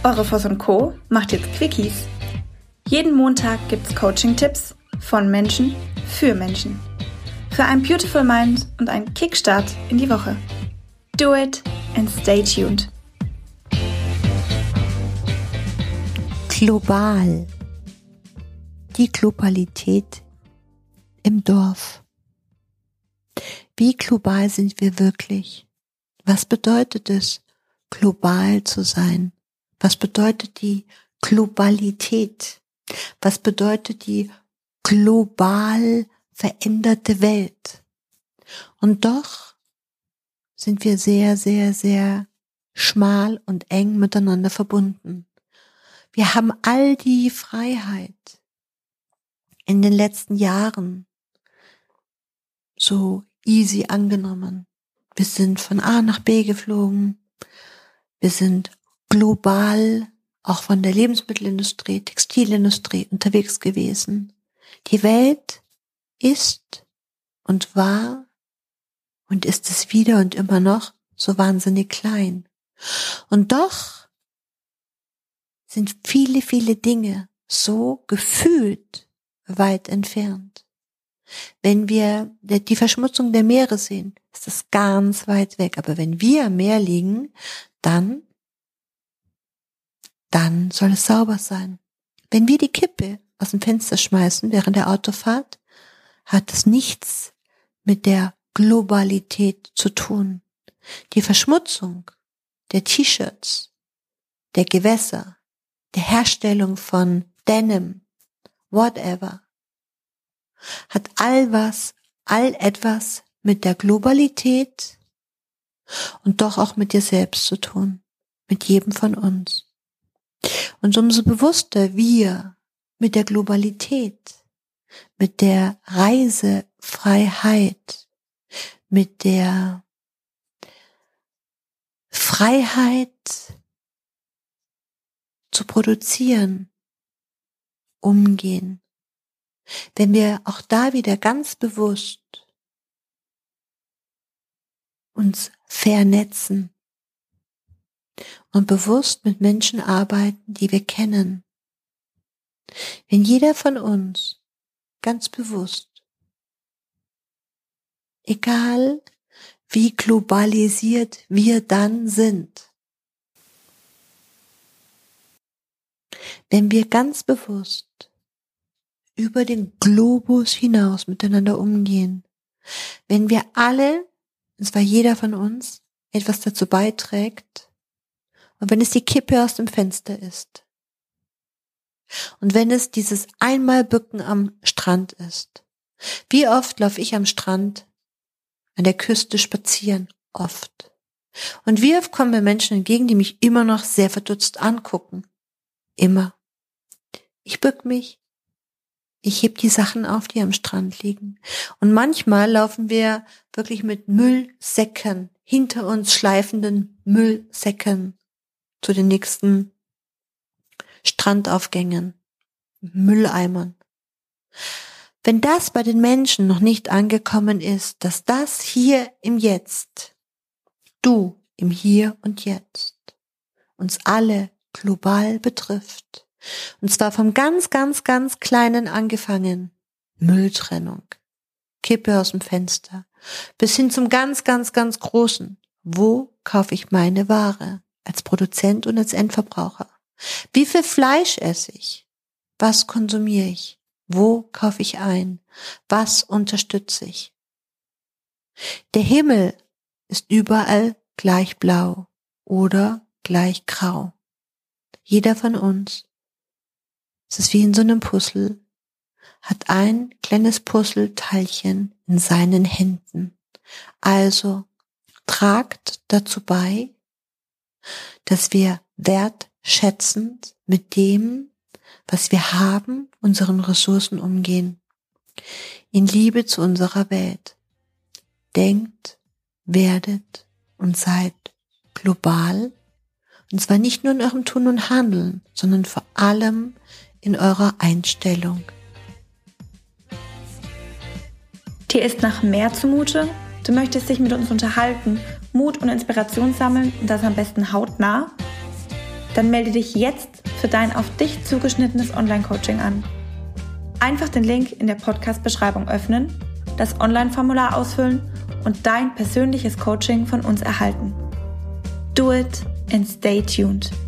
Eure Voss & Co. macht jetzt Quickies. Jeden Montag gibt's Coaching-Tipps von Menschen für Menschen. Für ein Beautiful Mind und einen Kickstart in die Woche. Do it and stay tuned. Global. Die Globalität im Dorf. Wie global sind wir wirklich? Was bedeutet es, global zu sein? Was bedeutet die Globalität? Was bedeutet die global veränderte Welt? Und doch sind wir sehr, sehr, sehr schmal und eng miteinander verbunden. Wir haben all die Freiheit in den letzten Jahren so easy angenommen. Wir sind von A nach B geflogen. Wir sind global, auch von der Lebensmittelindustrie, Textilindustrie unterwegs gewesen. Die Welt ist und war und ist es wieder und immer noch so wahnsinnig klein. Und doch sind viele, viele Dinge so gefühlt weit entfernt. Wenn wir die Verschmutzung der Meere sehen, ist das ganz weit weg. Aber wenn wir am Meer liegen, dann soll es sauber sein. Wenn wir die Kippe aus dem Fenster schmeißen während der Autofahrt, hat es nichts mit der Globalität zu tun. Die Verschmutzung der T-Shirts, der Gewässer, der Herstellung von Denim, whatever, hat all etwas mit der Globalität und doch auch mit dir selbst zu tun, mit jedem von uns. Und umso bewusster wir mit der Globalität, mit der Reisefreiheit, mit der Freiheit zu produzieren, umgehen, wenn wir auch da wieder ganz bewusst uns vernetzen und bewusst mit Menschen arbeiten, die wir kennen. Wenn jeder von uns ganz bewusst, egal wie globalisiert wir dann sind, wenn wir ganz bewusst über den Globus hinaus miteinander umgehen, wenn wir alle, und zwar jeder von uns, etwas dazu beiträgt, und wenn es die Kippe aus dem Fenster ist, und wenn es dieses Einmalbücken am Strand ist. Wie oft laufe ich am Strand, an der Küste spazieren? Oft. Und wie oft kommen mir Menschen entgegen, die mich immer noch sehr verdutzt angucken? Immer. Ich bück mich. Ich heb die Sachen auf, die am Strand liegen. Und manchmal laufen wir wirklich mit Müllsäcken, hinter uns schleifenden Müllsäcken zu den nächsten Strandaufgängen, Mülleimern. Wenn das bei den Menschen noch nicht angekommen ist, dass das hier im Jetzt, du im Hier und Jetzt, uns alle global betrifft, und zwar vom ganz, ganz, ganz Kleinen angefangen, Mülltrennung, Kippe aus dem Fenster, bis hin zum ganz, ganz, ganz Großen. Wo kaufe ich meine Ware als Produzent und als Endverbraucher? Wie viel Fleisch esse ich? Was konsumiere ich? Wo kaufe ich ein? Was unterstütze ich? Der Himmel ist überall gleich blau oder gleich grau. Jeder von uns, es ist wie in so einem Puzzle, hat ein kleines Puzzleteilchen in seinen Händen. Also tragt dazu bei, dass wir wertschätzend mit dem, was wir haben, unseren Ressourcen umgehen. In Liebe zu unserer Welt. Denkt, werdet und seid global. Und zwar nicht nur in eurem Tun und Handeln, sondern vor allem in eurer Einstellung. Dir ist nach mehr zumute? Du möchtest dich mit uns unterhalten, Mut und Inspiration sammeln und das am besten hautnah? Dann melde dich jetzt für dein auf dich zugeschnittenes Online-Coaching an. Einfach den Link in der Podcast-Beschreibung öffnen, das Online-Formular ausfüllen und dein persönliches Coaching von uns erhalten. Do it and stay tuned.